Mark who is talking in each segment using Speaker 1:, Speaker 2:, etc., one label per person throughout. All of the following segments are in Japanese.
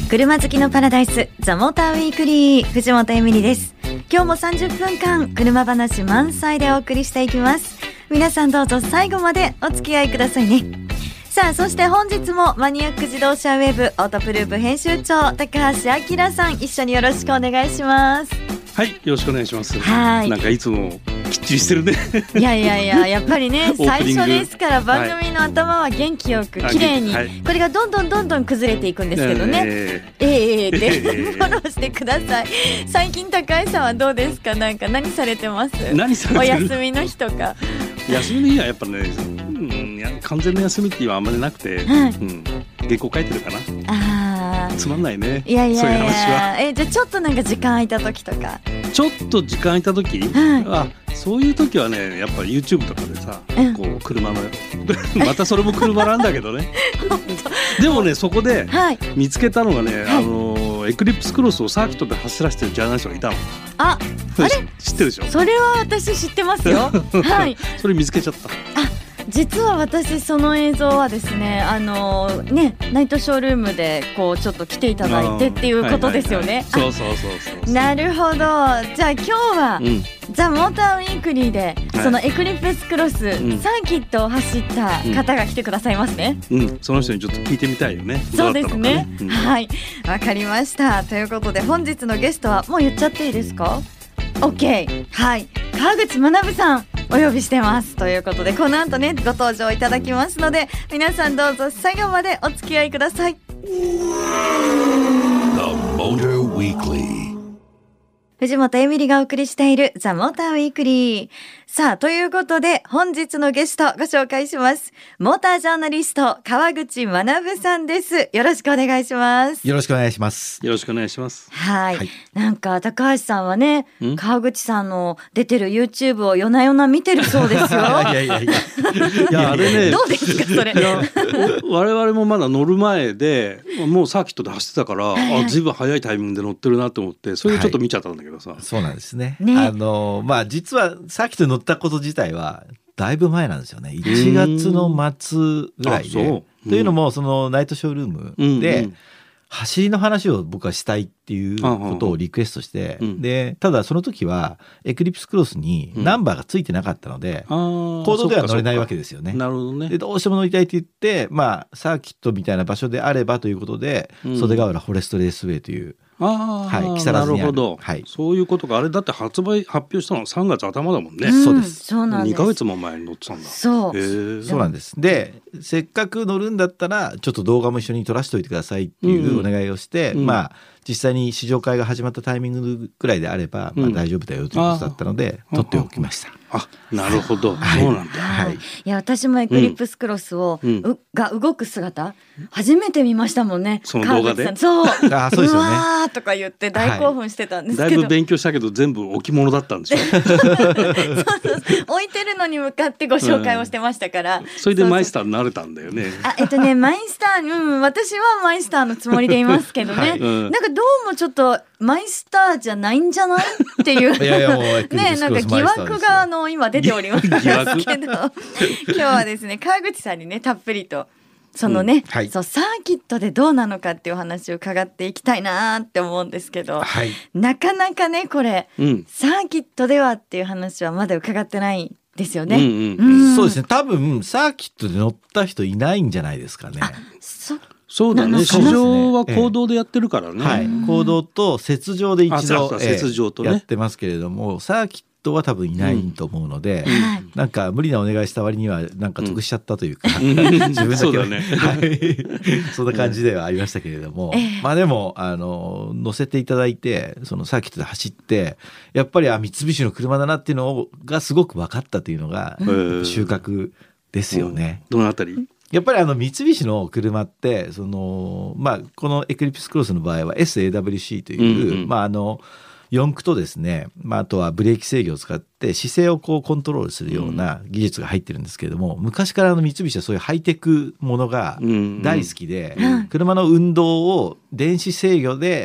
Speaker 1: 車好きのパラダイスザモーターウィークリー、藤本エミリです。今日も30分間車話満載でお送りしていきます。皆さんどうぞ最後までお付き合いくださいね。さあ、そして本日もマニアック自動車ウェブオートプループ編集長高橋明さん、一緒によろしくお願いします。
Speaker 2: はい、よろしくお願いします。
Speaker 1: はい、
Speaker 2: なんかいつもきっちりしてるね。
Speaker 1: いややっぱりね最初ですから番組の頭は元気よく綺麗に、これがどんどん崩れていくんですけどね、でフォローしてください。最近高橋さんはどうですか？なんか何されてます？お休みの日とか。
Speaker 2: 休みの日はやっぱね、完全な休みっていうのはあんまりなくて、原稿書いてるかな。つまんないね。そういう話は。
Speaker 1: じゃあちょっとなんか時間空いた時とか。
Speaker 2: ちょっと時間空いた時、そういう時はね、やっぱ YouTube とかでさ、こう車のまたそれも車なんだけどね。でもね、そこで見つけたのがね、エクリプスクロスをサーキットで走らせてるジャーナリストがいたの。あれ知ってるでしょ？それは私知ってますよ。はい。それ見つけちゃった。
Speaker 1: 実は私その映像はですね、ナイトショールームでこうちょっと来ていただいてっていうことですよね。そうなるほど。じゃあ今日は、ザ・モーターウィークリーで、そのエクリプスクロス、サーキットを走った方が来てくださいますね。
Speaker 2: その人にちょっと聞いてみたいよね。
Speaker 1: そうですね。はい、わかりました。ということで本日のゲストはもう言っちゃっていいですか？ OK。 はい、川口学さんお呼びしてますということで、この後ねご登場いただきますので、皆さんどうぞ最後までお付き合いください。藤本エミリがお送りしているザ・モーターウィークリー。さあ、ということで本日のゲストご紹介します。モータージャーナリスト川口学さんです。よろしくお願いします。
Speaker 3: よろしくお願いします。
Speaker 2: よろしくお願いします。
Speaker 1: はい、なんか高橋さんはね、川口さんの出てる YouTube を夜な夜な見てるそうですよ。い
Speaker 2: やあれね、
Speaker 1: どうですかそれ？
Speaker 2: 我々もまだ乗る前でもうサーキットで走ってたから、ずいぶん早いタイミングで乗ってるなと思って、それでちょっと見ちゃったんだけどさ。
Speaker 3: そうなんですね。実はサーキットに乗ったこと自体はだいぶ前なんですよね。1月の末ぐらいで。というのもそのナイトショールームで走りの話を僕はしたいっていうことをリクエストして、でただその時はエクリプスクロスにナンバーがついてなかったので、公道では乗れないわけですよね。
Speaker 2: なるほどね。
Speaker 3: でどうしても乗りたいって言って、サーキットみたいな場所であればということで、袖ヶ浦フォレストレースウェイという木更津にある。なるほど、
Speaker 2: そういうことか。あれだって発表したのは3月頭だもんね。
Speaker 3: そうです。
Speaker 2: 2ヶ月も前に乗ってたんだ。
Speaker 3: そうなんです。でせっかく乗るんだったらちょっと動画も一緒に撮らせておいてくださいっていうお願いをして、実際に試乗会が始まったタイミングぐらいであれば、大丈夫だよということだったので撮っておきました。
Speaker 2: なるほど、そうなんだ。
Speaker 1: いや私もエクリプスクロスを、が動く姿初めて見ましたもんね。
Speaker 2: その動画で。
Speaker 1: そう
Speaker 3: ですよね。
Speaker 1: うわーとか言って大興奮してたんですけど、
Speaker 2: だいぶ勉強したけど全部置物だったんでしょ。
Speaker 1: 置いてるのに向かってご紹介をしてましたから、
Speaker 2: それでマイスターになれたんだよね。
Speaker 1: マイスター、私はマイスターのつもりでいますけどね、なんかどうもちょっとマイスターじゃないんじゃないっていうね、なんか疑惑が今出ておりますけど今日はですね、川口さんにねたっぷりとそのね、サーキットでどうなのかっていう話を伺っていきたいなって思うんですけど、なかなかねこれ、サーキットではっていう話はまだ伺ってないですよね。
Speaker 3: そうですね。多分サーキットで乗った人いないんじゃないですかね。
Speaker 2: そうだね。市場は公道でやってるからね。
Speaker 3: 公道と雪上で一度やってますけれども、サーキットは多分いないと思うので、なんか無理なお願いした割にはなんか得しちゃったというか、自分だけそんな感じではありましたけれども、でも乗せていただいてそのサーキットで走って、やっぱり三菱の車だなっていうのがすごく分かったというのが収穫ですよね。
Speaker 2: どのあたり？
Speaker 3: やっぱり三菱の車ってこのエクリプスクロスの場合は SAWC という、四駆とですね、あとはブレーキ制御を使って姿勢をこうコントロールするような技術が入ってるんですけれども、昔から三菱はそういうハイテクものが大好きで、車の運動を電子制御で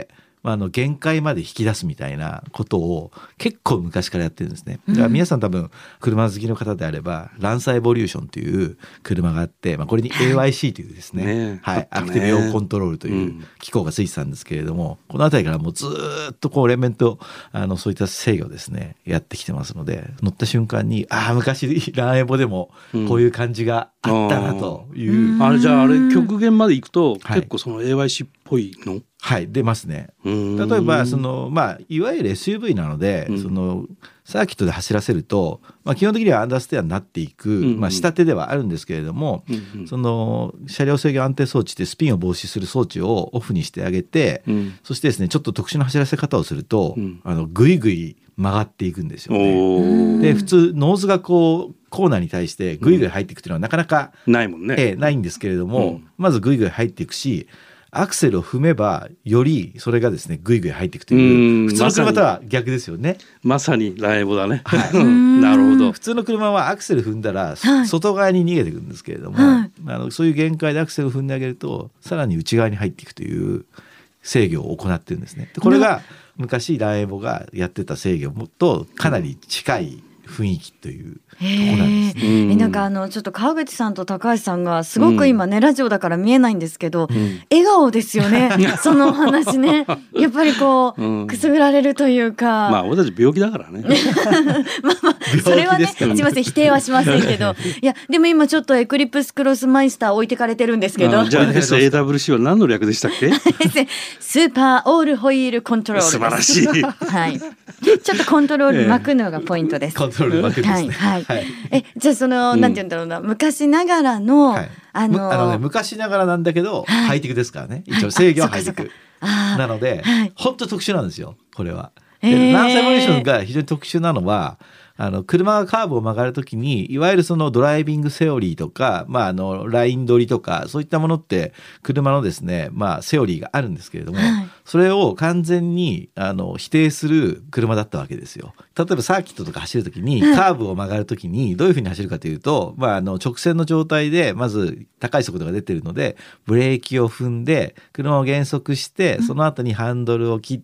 Speaker 3: 限界まで引き出すみたいなことを結構昔からやってるんですね。だから皆さん多分車好きの方であれば、ランサーエボリューションという車があって、これに AYC というですね、アクティブ用コントロールという機構がついてたんですけれども、このあたりからもうずっとこう連綿とそういった制御ですねやってきてますので、乗った瞬間に昔ランエボでもこういう感じがあったなという、
Speaker 2: あれじゃああれ極限まで行くと結構その AYC っぽいの、
Speaker 3: 出ますね。例えばいわゆる SUV なので、サーキットで走らせると、基本的にはアンダーステアになっていく、仕立てではあるんですけれども、その車両制御安定装置ってスピンを防止する装置をオフにしてあげて、そしてですねちょっと特殊な走らせ方をすると、ぐいぐい曲がっていくんですよね。で普通ノーズがこうコーナーに対してぐいぐい入っていくっていうのはなかなか
Speaker 2: ないもんね、
Speaker 3: ないんですけれども、まずぐいぐい入っていくし、アクセルを踏めばよりそれがですねぐいぐい入っていくという、普通の車とは逆ですよね。
Speaker 2: まさにランエボだね、なるほど。
Speaker 3: 普通の車はアクセル踏んだら外側に逃げていくんですけれども、そういう限界でアクセルを踏んであげるとさらに内側に入っていくという制御を行ってるんですね。でこれが昔ランエボがやってた制御とかなり近い雰囲気というとこなんですね。
Speaker 1: なんかちょっと川口さんと高橋さんがすごく今ね、ラジオだから見えないんですけど、笑顔ですよねそのお話ね。やっぱりこう、くすぐられるというか、
Speaker 2: 俺たち病気だからね
Speaker 1: それはねすいません否定はしませんけどいやでも今ちょっとエクリプスクロスマイスター置いてかれてるんですけど、
Speaker 2: じゃあ SAWC は何の略でしたっけ
Speaker 1: スーパーオールホイールコントロールです。
Speaker 2: 素晴らしい
Speaker 1: ちょっとコントロール巻くのがポイントです。
Speaker 3: コントロール巻くですね。
Speaker 1: じゃあなんて言うんだろうな、昔ながらの、
Speaker 3: 昔ながらなんだけど、ハイテクですからね。一応制御はハイテクなので、本当特殊なんですよこれは。ランサーエボリューションが非常に特殊なのは、車がカーブを曲がるときにいわゆるそのドライビングセオリーとか、ライン取りとかそういったものって車のですね、セオリーがあるんですけれども、それを完全に否定する車だったわけですよ。例えばサーキットとか走るときに、カーブを曲がるときにどういうふうに走るかというと、直線の状態でまず高い速度が出ているのでブレーキを踏んで車を減速して、その後にハンドルを切って、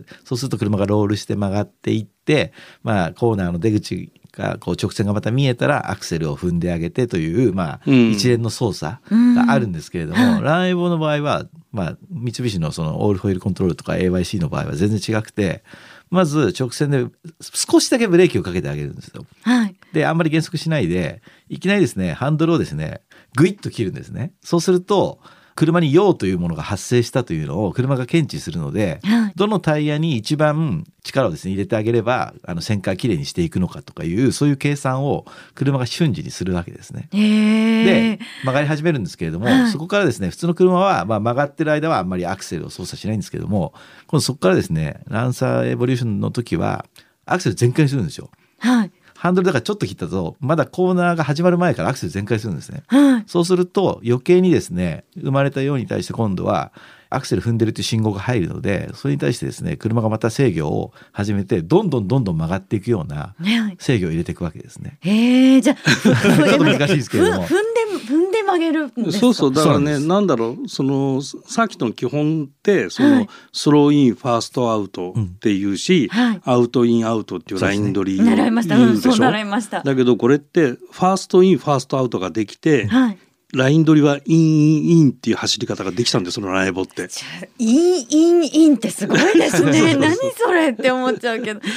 Speaker 3: そうすると車がロールして曲がっていって、コーナーの出口がこう直線がまた見えたらアクセルを踏んであげてという、一連の操作があるんですけれども、ランエボの場合は、三菱のそのオールホイールコントロールとか AYC の場合は全然違くて、まず直線で少しだけブレーキをかけてあげるんですよ。であんまり減速しないでいきなりですねハンドルをですねグイッと切るんですね。そうすると車に陽というものが発生したというのを車が検知するので、どのタイヤに一番力をですね入れてあげれば旋回きれいにしていくのかとかいうそういう計算を車が瞬時にするわけですね。で曲がり始めるんですけれども、そこからですね普通の車は曲がってる間はあんまりアクセルを操作しないんですけども、今度そこからですねランサーエボリューションの時はアクセル全開するんですよ。ハンドルだからちょっと切ったとまだコーナーが始まる前からアクセル全開するんですね。そうすると余計にですね生まれたように対して今度はアクセル踏んでるという信号が入るので、それに対してですね車がまた制御を始めてどんどん曲がっていくような制御を入れていくわけですね。
Speaker 1: じゃあ
Speaker 3: ちょっと難しいですけれども
Speaker 1: 踏んで曲げるんですか。
Speaker 2: そうだからね、なんだろう、そのサーキットの基本ってスローインファーストアウトっていうし、アウトインアウトっていうライン取りを言うでしょ。
Speaker 1: そう習いました。
Speaker 2: だけどこれってファーストインファーストアウトができて、ライン取りはインインっていう走り方ができたんで、そのランエボって
Speaker 1: インってすごいですね何それって思っちゃうけど、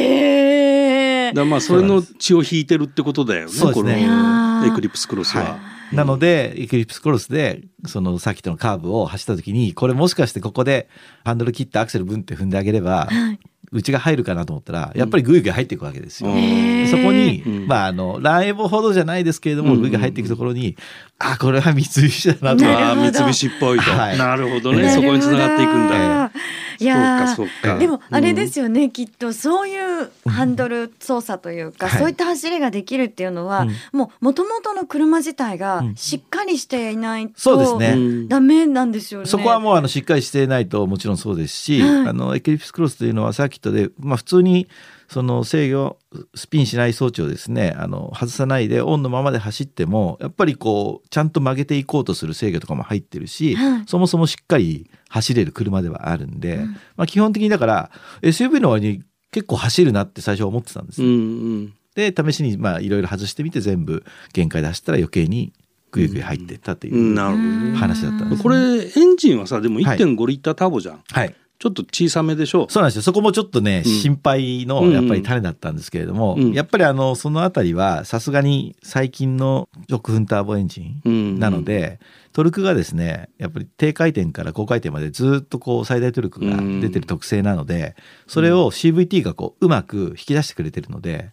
Speaker 2: だそれの血を引いてるってことだよね、このエクリプスクロスは。
Speaker 3: なのでエクリプスクロスでそのサーキットのカーブを走った時に、これもしかしてここでハンドル切ってアクセルブンって踏んであげれば内が入るかなと思ったら、やっぱりグイグイ入っていくわけですよ。そこに、ランエボほどじゃないですけれども、グイグイ入っていくところに、これは三菱だなと。
Speaker 2: 三菱っぽいと、なるほどね、そこに繋がっていくんだ。
Speaker 1: いやそうかでもあれですよね、きっとそういういうハンドル操作というか、そういった走りができるっていうのは、もう元々の車自体がしっかりしていないとダメなんですよね。
Speaker 3: そこはもうしっかりしていないともちろんそうですし、エクリプスクロスというのはサーキットで、普通にその制御スピンしない装置をですね外さないでオンのままで走ってもやっぱりこうちゃんと曲げていこうとする制御とかも入ってるし、そもそもしっかり走れる車ではあるんで、基本的にだから SUV の割に結構走るなって最初は思ってたんです、で試しにいろいろ外してみて全部限界で走ったら余計にグイグイ入っていったという話だったんです、ね。
Speaker 2: これエンジンはさでも 1.5 リッターターボじゃん、ちょっと小さめでしょ。
Speaker 3: そうなんですよ。そこもちょっとね、心配のやっぱり種だったんですけれども、やっぱりそのあたりはさすがに最近の直噴ターボエンジンなので、トルクがですねやっぱり低回転から高回転までずっとこう最大トルクが出てる特性なので、それを CVT がこううまく引き出してくれてるので。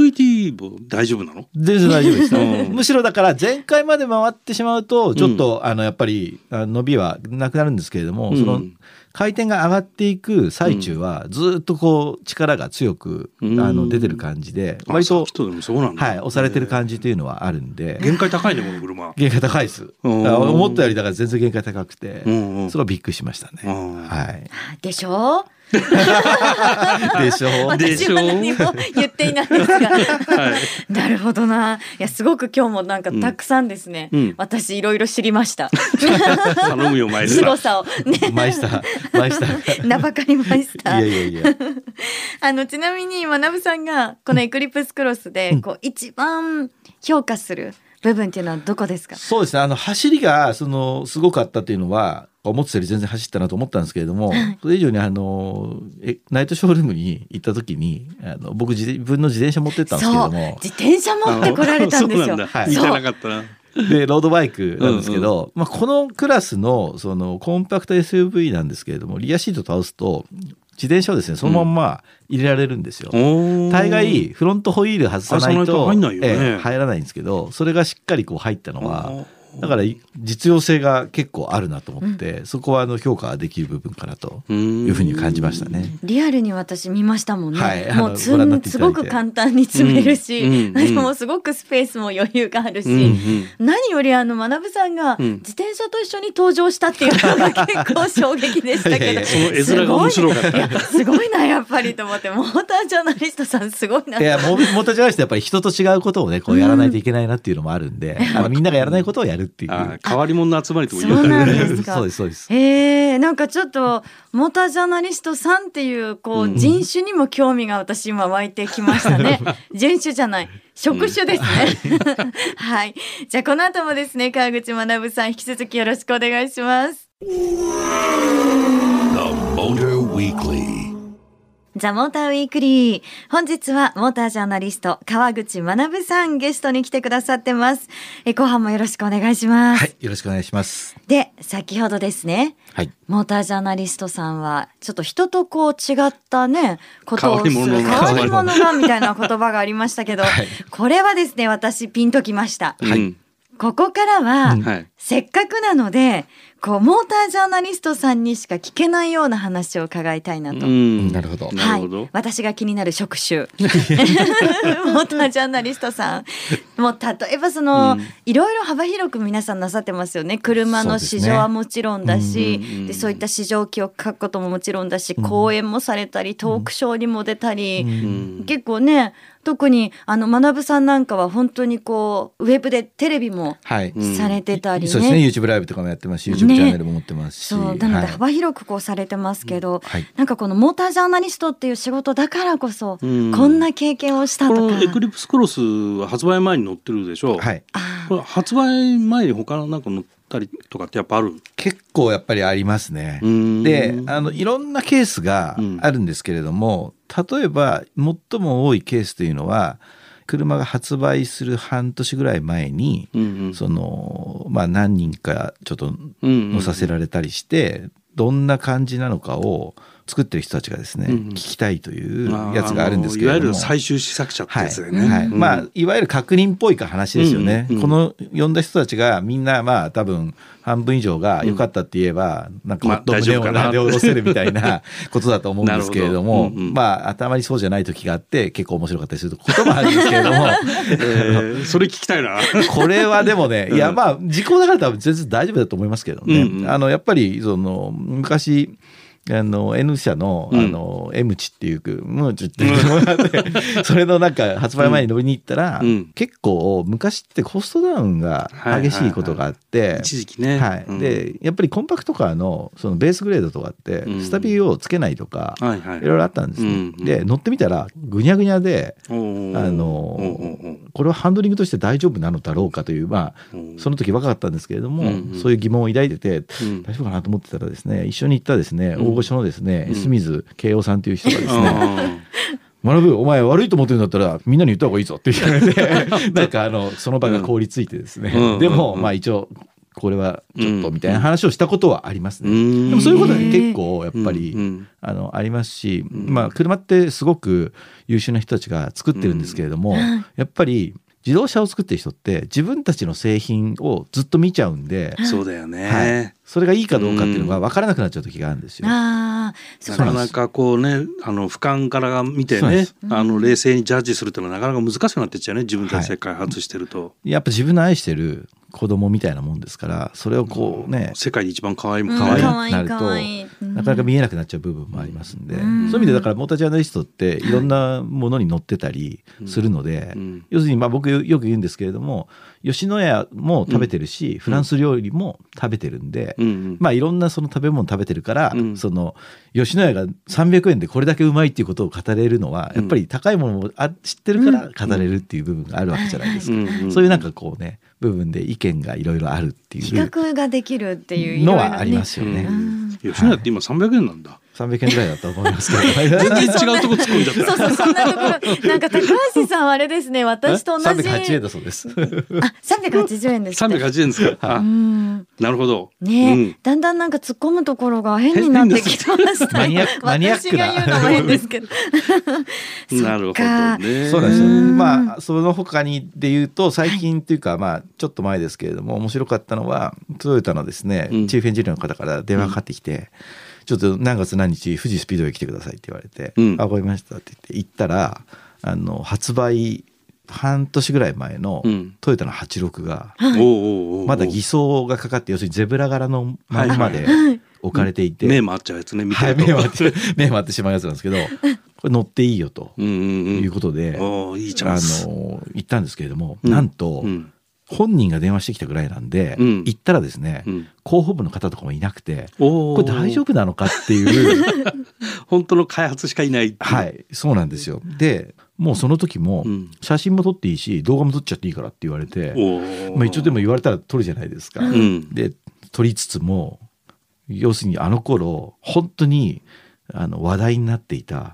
Speaker 2: CVT も大丈夫なの？
Speaker 3: 全然大丈夫ですむしろだから前回まで回ってしまうとちょっとやっぱり伸びはなくなるんですけれども、その回転が上がっていく最中はずっとこう力が強く出てる感じで、割と押されてる感じというのはあるんで。
Speaker 2: 限界高いねこの車。
Speaker 3: 限界高いです。思ったよりだから全然限界高くて、それはびっくりしましたね。
Speaker 1: でしょ
Speaker 3: でしょ
Speaker 1: 私は何も言っていないですがなるほどな。いやすごく今日もなんかたくさんですね、私いろいろ知りました
Speaker 2: 頼むよマイスター。
Speaker 1: 凄さをね
Speaker 3: マイスター
Speaker 1: 名ばかりマイスター。
Speaker 3: いや
Speaker 1: ちなみに学さんがこのエクリプスクロスでこう一番評価する部分っていうのはどこですか？
Speaker 3: そうですね、走りがすごかったっていうのは思ってたより全然走ったなと思ったんですけれども、それ以上にナイトショールームに行った時に僕自分の自転車持ってったんですけれども。
Speaker 1: 自転車持ってこられたんですよ。
Speaker 2: そうなんだ、見てなかったな。
Speaker 3: でロードバイクなんですけど、このクラスのコンパクト SUV なんですけれども、リアシート倒すと自転車をですねそのまんま入れられるんですよ。大概フロントホイール外さないと入らないんですけど、それがしっかりこう入ったのはだから実用性が結構あるなと思って、そこは評価できる部分かなというふうに感じましたね。
Speaker 1: リアルに私見ましたもんね、もうすごく簡単に積めるし、もうすごくスペースも余裕があるし、何より学さんが自転車と一緒に登場したっていうのが結構衝撃でしたけど
Speaker 2: その絵面が面白かった。
Speaker 1: すごいなやっぱりと思って。モータージャーナリストさんすごいな。
Speaker 3: いやモータージャーナリストやっぱり人と違うことをねこうやらないといけないなっていうのもあるんで、みんながやらないことをやるっていう、
Speaker 2: 変わり者の集まりとも言
Speaker 1: そうなんですか。
Speaker 3: そうですそうです。
Speaker 1: なんかちょっとモータージャーナリストさんっていう人種にも興味が私今湧いてきましたね。人種じゃない職種ですね。はい。じゃあこの後もですね川口学さん引き続きよろしくお願いします。ザ・モーターウィークリー。本日はモータージャーナリスト川口学さんゲストに来てくださってます。後半もよろしくお願いします。
Speaker 3: はい、よろしくお願いします。
Speaker 1: で、先ほどですね、モータージャーナリストさんはちょっと人と違ったねことをする変わり者がみたいな言葉がありましたけど、これはですね私ピンときました。ここからは、せっかくなのでモータージャーナリストさんにしか聞けないような話を伺いたいなと。
Speaker 3: なるほど、
Speaker 1: 私が気になる職種モータージャーナリストさんもう例えばいろいろ幅広く皆さんなさってますよね。車の市場はもちろんだし、そういった市場記を書くことももちろんだし、講演もされたりトークショーにも出たり、結構ね特に学さんなんかは本当にウェブでテレビもされてたりね、
Speaker 3: そうですね YouTube ライブとかもやってますし、YouTube チャンネルも持ってますし、
Speaker 1: そうなので幅広くされてますけど、なんかこのモータージャーナリストっていう仕事だからこそ、こんな経験をしたとか。
Speaker 2: このエクリプスクロスは発売前に載ってるでしょ。これ発売前に他のなんか載ったりとかってやっぱある？
Speaker 3: 結構やっぱりありますね。でいろんなケースがあるんですけれども、例えば最も多いケースというのは車が発売する半年ぐらい前に、何人かちょっと乗させられたりして、どんな感じなのかを作ってる人たちがですね、聞きたいというやつがあるんですけれども、
Speaker 2: いわゆる最終試作者ってやつだよね。
Speaker 3: いわゆる確認っぽい話ですよね。この呼んだ人たちがみんな多分半分以上が良かったって言えば、なんかもっと胸をなで下ろせるみたいなことだと思うんですけれども、あたまにそうじゃない時があって結構面白かったりすることもあるんですけれども、
Speaker 2: それ聞きたいな。
Speaker 3: これはでもね、いや時効だから多分全然大丈夫だと思いますけどね。やっぱりその昔N 社のM チっていうムーチっていうのがあってそれのなんか発売前に乗りに行ったら、結構昔ってコストダウンが激しいことがあって、
Speaker 2: 一時期ね、
Speaker 3: でやっぱりコンパクトカーのそのベースグレードとかってスタビをつけないとかいろいろあったんですね。で乗ってみたらぐにゃぐにゃでこれはハンドリングとして大丈夫なのだろうかというその時若かったんですけれども、そういう疑問を抱いてて大丈夫かなと思ってたらですね、一緒に行ったですね大御所のですね清水慶夫さんという人がですね学お前悪いと思ってるんだったらみんなに言った方がいいぞって言われてなんかその場が凍りついてですね、でも一応これはちょっとみたいな話をしたことはありますね。でもそういうことは結構やっぱりありますし、車ってすごく優秀な人たちが作ってるんですけれども、やっぱり自動車を作ってる人って自分たちの製品をずっと見ちゃうんで、
Speaker 2: そうだよね、
Speaker 3: それがいいかどうかっていうのが分からなくなっちゃう時があるんですよ。
Speaker 2: なかなかこうね俯瞰から見てね冷静にジャッジするっていうのはなかなか難しくなってっちゃうね、自分たちで開発してると、
Speaker 3: やっぱ自分の愛してる子供みたいなもんですから、それをこうね
Speaker 2: 世界で一番可愛い
Speaker 3: 可愛いなるとなかなか見えなくなっちゃう部分もありますんで、そういう意味でだからモータージャーナリストっていろんなものに載ってたりするので、要するに僕よく言うんですけれども、吉野家も食べてるし、フランス料理も食べてるんで、いろんなその食べ物食べてるから、その吉野家が300円でこれだけうまいっていうことを語れるのは、やっぱり高いものを知ってるから語れるっていう部分があるわけじゃないですか。そういうなんかこうね部分で意見がいろいろあるっていう
Speaker 1: 比較ができるっていう
Speaker 3: のはありますよね。
Speaker 2: 吉野家って今300円なんだ。
Speaker 3: 300円ぐらいだと思いますけど
Speaker 2: 全然違うとこ突っ込んじゃった
Speaker 1: そうそんなところなんか高橋さんはあれですね、私と同じ
Speaker 3: 380円だそうです。
Speaker 1: 380円です。
Speaker 2: 380円ですか。なるほど
Speaker 1: ね、だんだんなんか突っ込むところが変になってきました
Speaker 3: マニアックな
Speaker 1: 私が言うのも変ですけど
Speaker 2: なるほどね。
Speaker 3: そうなんですよ。その他にで言うと最近っていうかちょっと前ですけれども面白かったのは、トヨタのですねチーフエンジニアの方から電話かかってきて、ちょっと何月何日富士スピードウェイ来てくださいって言われて、わかりましたって言って行ったら、発売半年ぐらい前のトヨタの86がまだ偽装がかかって、要するにゼブラ柄のまんまで置かれていて、
Speaker 2: 目回っちゃうやつね、見てると
Speaker 3: 目回ってしまうやつなんですけど、これ乗っていいよということで行ったんですけれども、なんと本人が電話してきたぐらいなんで、行ったらですね、広報部の方とかもいなくて、これ大丈夫なのかっていう
Speaker 2: 本当の開発しかいない。
Speaker 3: はい、そうなんですよ。でもうその時も写真も撮っていいし動画も撮っちゃっていいからって言われて、一応でも言われたら撮るじゃないですか。で撮りつつも、要するにあの頃本当に話題になっていた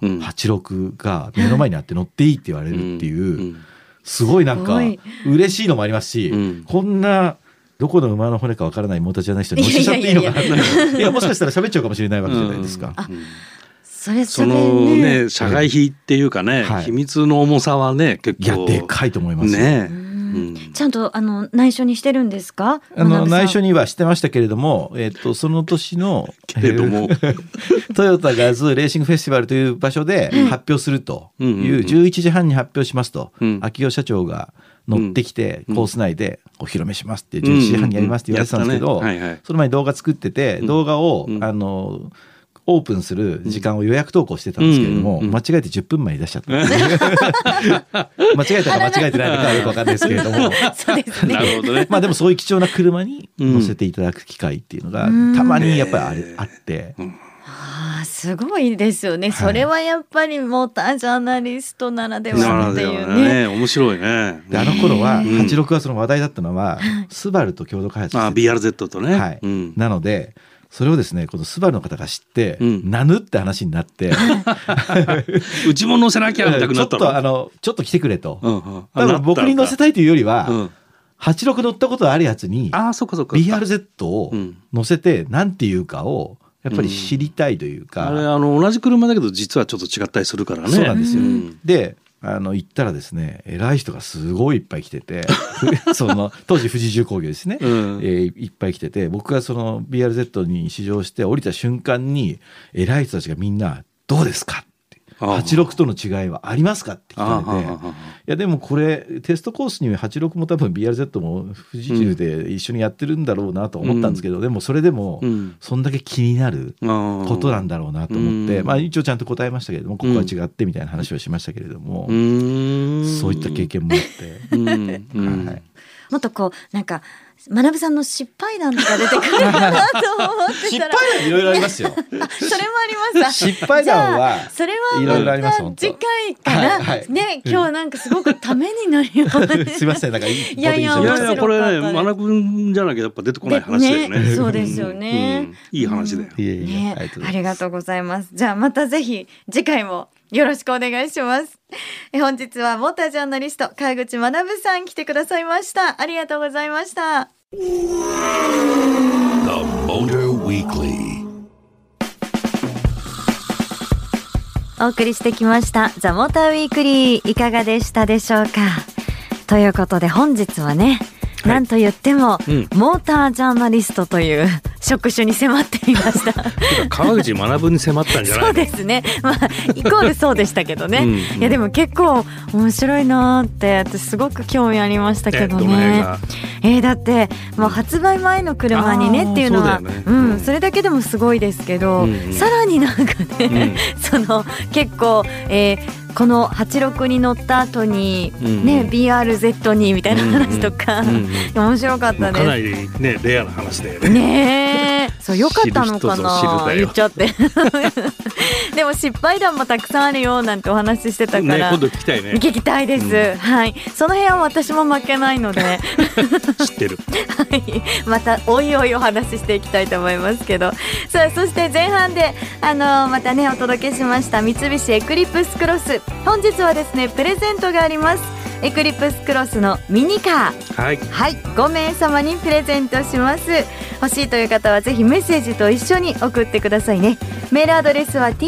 Speaker 3: 86が目の前にあって乗っていいって言われるっていう、すごいなんか嬉しいのもありますし、こんなどこの馬の骨かわからないモーターじゃない人に乗せちゃっていいのかなって、いやもしかしたら喋っちゃうかもしれないわけじゃないですか。
Speaker 1: そ
Speaker 2: のね社外費っていうかね、秘密の重さはね結構
Speaker 3: でかいと思います
Speaker 2: ね。
Speaker 1: ちゃんと内緒にしてるんですか？
Speaker 3: 内緒にはしてましたけれども、その年のトヨタガズレーシングフェスティバルという場所で発表するという11時半に発表しますと、秋代社長が乗ってきてコース内でお披露目しますって11時半にやりますって言われてたんですけど、その前に動画作ってて、動画をオープンする時間を予約投稿してたんですけれども、間違えて10分前に出しちゃった間違えたか間違えてないのかはよく分かんないですけれども
Speaker 1: そうですね。
Speaker 2: なるほどね。
Speaker 3: でもそういう貴重な車に乗せていただく機会っていうのがたまにやっぱりあって、
Speaker 1: すごいですよね。それはやっぱりモータージャーナリストならではっていうね。
Speaker 2: 面白いね。
Speaker 3: で頃は86がその話題だったのはスバルと共同開発してて、
Speaker 2: BRZ とね、
Speaker 3: なのでそれをですねこのスバルの方が知ってなぬって話になって
Speaker 2: うちも乗せなきゃみたくなったの。
Speaker 3: ちょっと来てくれと。多分僕に乗せたいというよりは86乗ったことあるやつに BRZ を乗せてなんていうかをやっぱり知りたいというか、
Speaker 2: あれ同じ車だけど実はちょっと違ったりするからね。
Speaker 3: そうなんですよ、で行ったらですね、偉い人がすごいいっぱい来ててその当時富士重工業ですね、いっぱい来てて、僕がその BRZ に試乗して降りた瞬間に偉い人たちがみんなどうですかって86との違いはありますかって聞かれて、いやでもこれテストコースに86も多分 BRZ も富士重で一緒にやってるんだろうなと思ったんですけど、でもそれでもそんだけ気になることなんだろうなと思って、まあ一応ちゃんと答えましたけれども、ここは違ってみたいな話をしましたけれども、そういった経験もあって
Speaker 1: もっとこうなんか学さんの失敗談とか出てくるかなと思ってたら
Speaker 3: 失敗談いろいろありますよ
Speaker 1: それもあります。
Speaker 3: 失敗談は
Speaker 1: それはい
Speaker 3: ろいろあります。
Speaker 1: 次回からね、今日なんかすごくためになるよね
Speaker 3: すいません、なんか
Speaker 1: いやいや
Speaker 2: これね、学ぶんじゃなきゃやっぱ出てこない話だよね。
Speaker 1: そうですよね、
Speaker 2: いい話だよ。
Speaker 1: ありがとうございます。じゃあまたぜひ次回もよろしくお願いします。本日はモータージャーナリスト川口学さん来てくださいました。ありがとうございました。The Motor Weekly お送りしてきましたザ・モーターウィークリー、いかがでしたでしょうか。ということで本日はね、なんと言っても、モータージャーナリストという職種に迫ってみました
Speaker 2: 川口学に迫ったんじゃないの。
Speaker 1: そうですね、まあイコールそうでしたけどねいやでも結構面白いなって私すごく興味ありましたけどね。だってもう発売前の車にねっていうのはそれだけでもすごいですけど、さらになんかね、その結構この86に乗った後に、BRZ にみたいな話とか、面白かったです。
Speaker 2: かなりねレアな話だよね。
Speaker 1: そうよかったのかな言っちゃってでも失敗談もたくさんあるよなんてお話ししてたから、
Speaker 2: 今度聞きたいね。
Speaker 1: 聞きたいです、はい、その辺は私も負けないので
Speaker 2: 知ってる、
Speaker 1: はい、またおいおいお話ししていきたいと思いますけど、さあそして前半でまたねお届けしました三菱エクリプスクロス、本日はですねプレゼントがあります。エクリプスクロスのミニカー、はい、5名様にプレゼントします。欲しいという方はぜひメッセージと一緒に送ってくださいね。メールアドレスは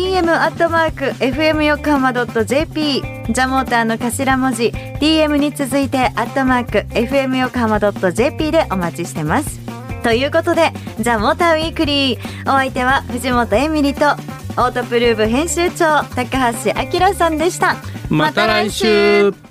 Speaker 1: tm@fmyokohama.jp、 ザモーターの頭文字 tm に続いて@fmyokohama.jp でお待ちしてます。ということでザ・モーターウィークリー、お相手は藤本エミリとオートプルーブ編集長高橋明さんでした。
Speaker 2: また来週。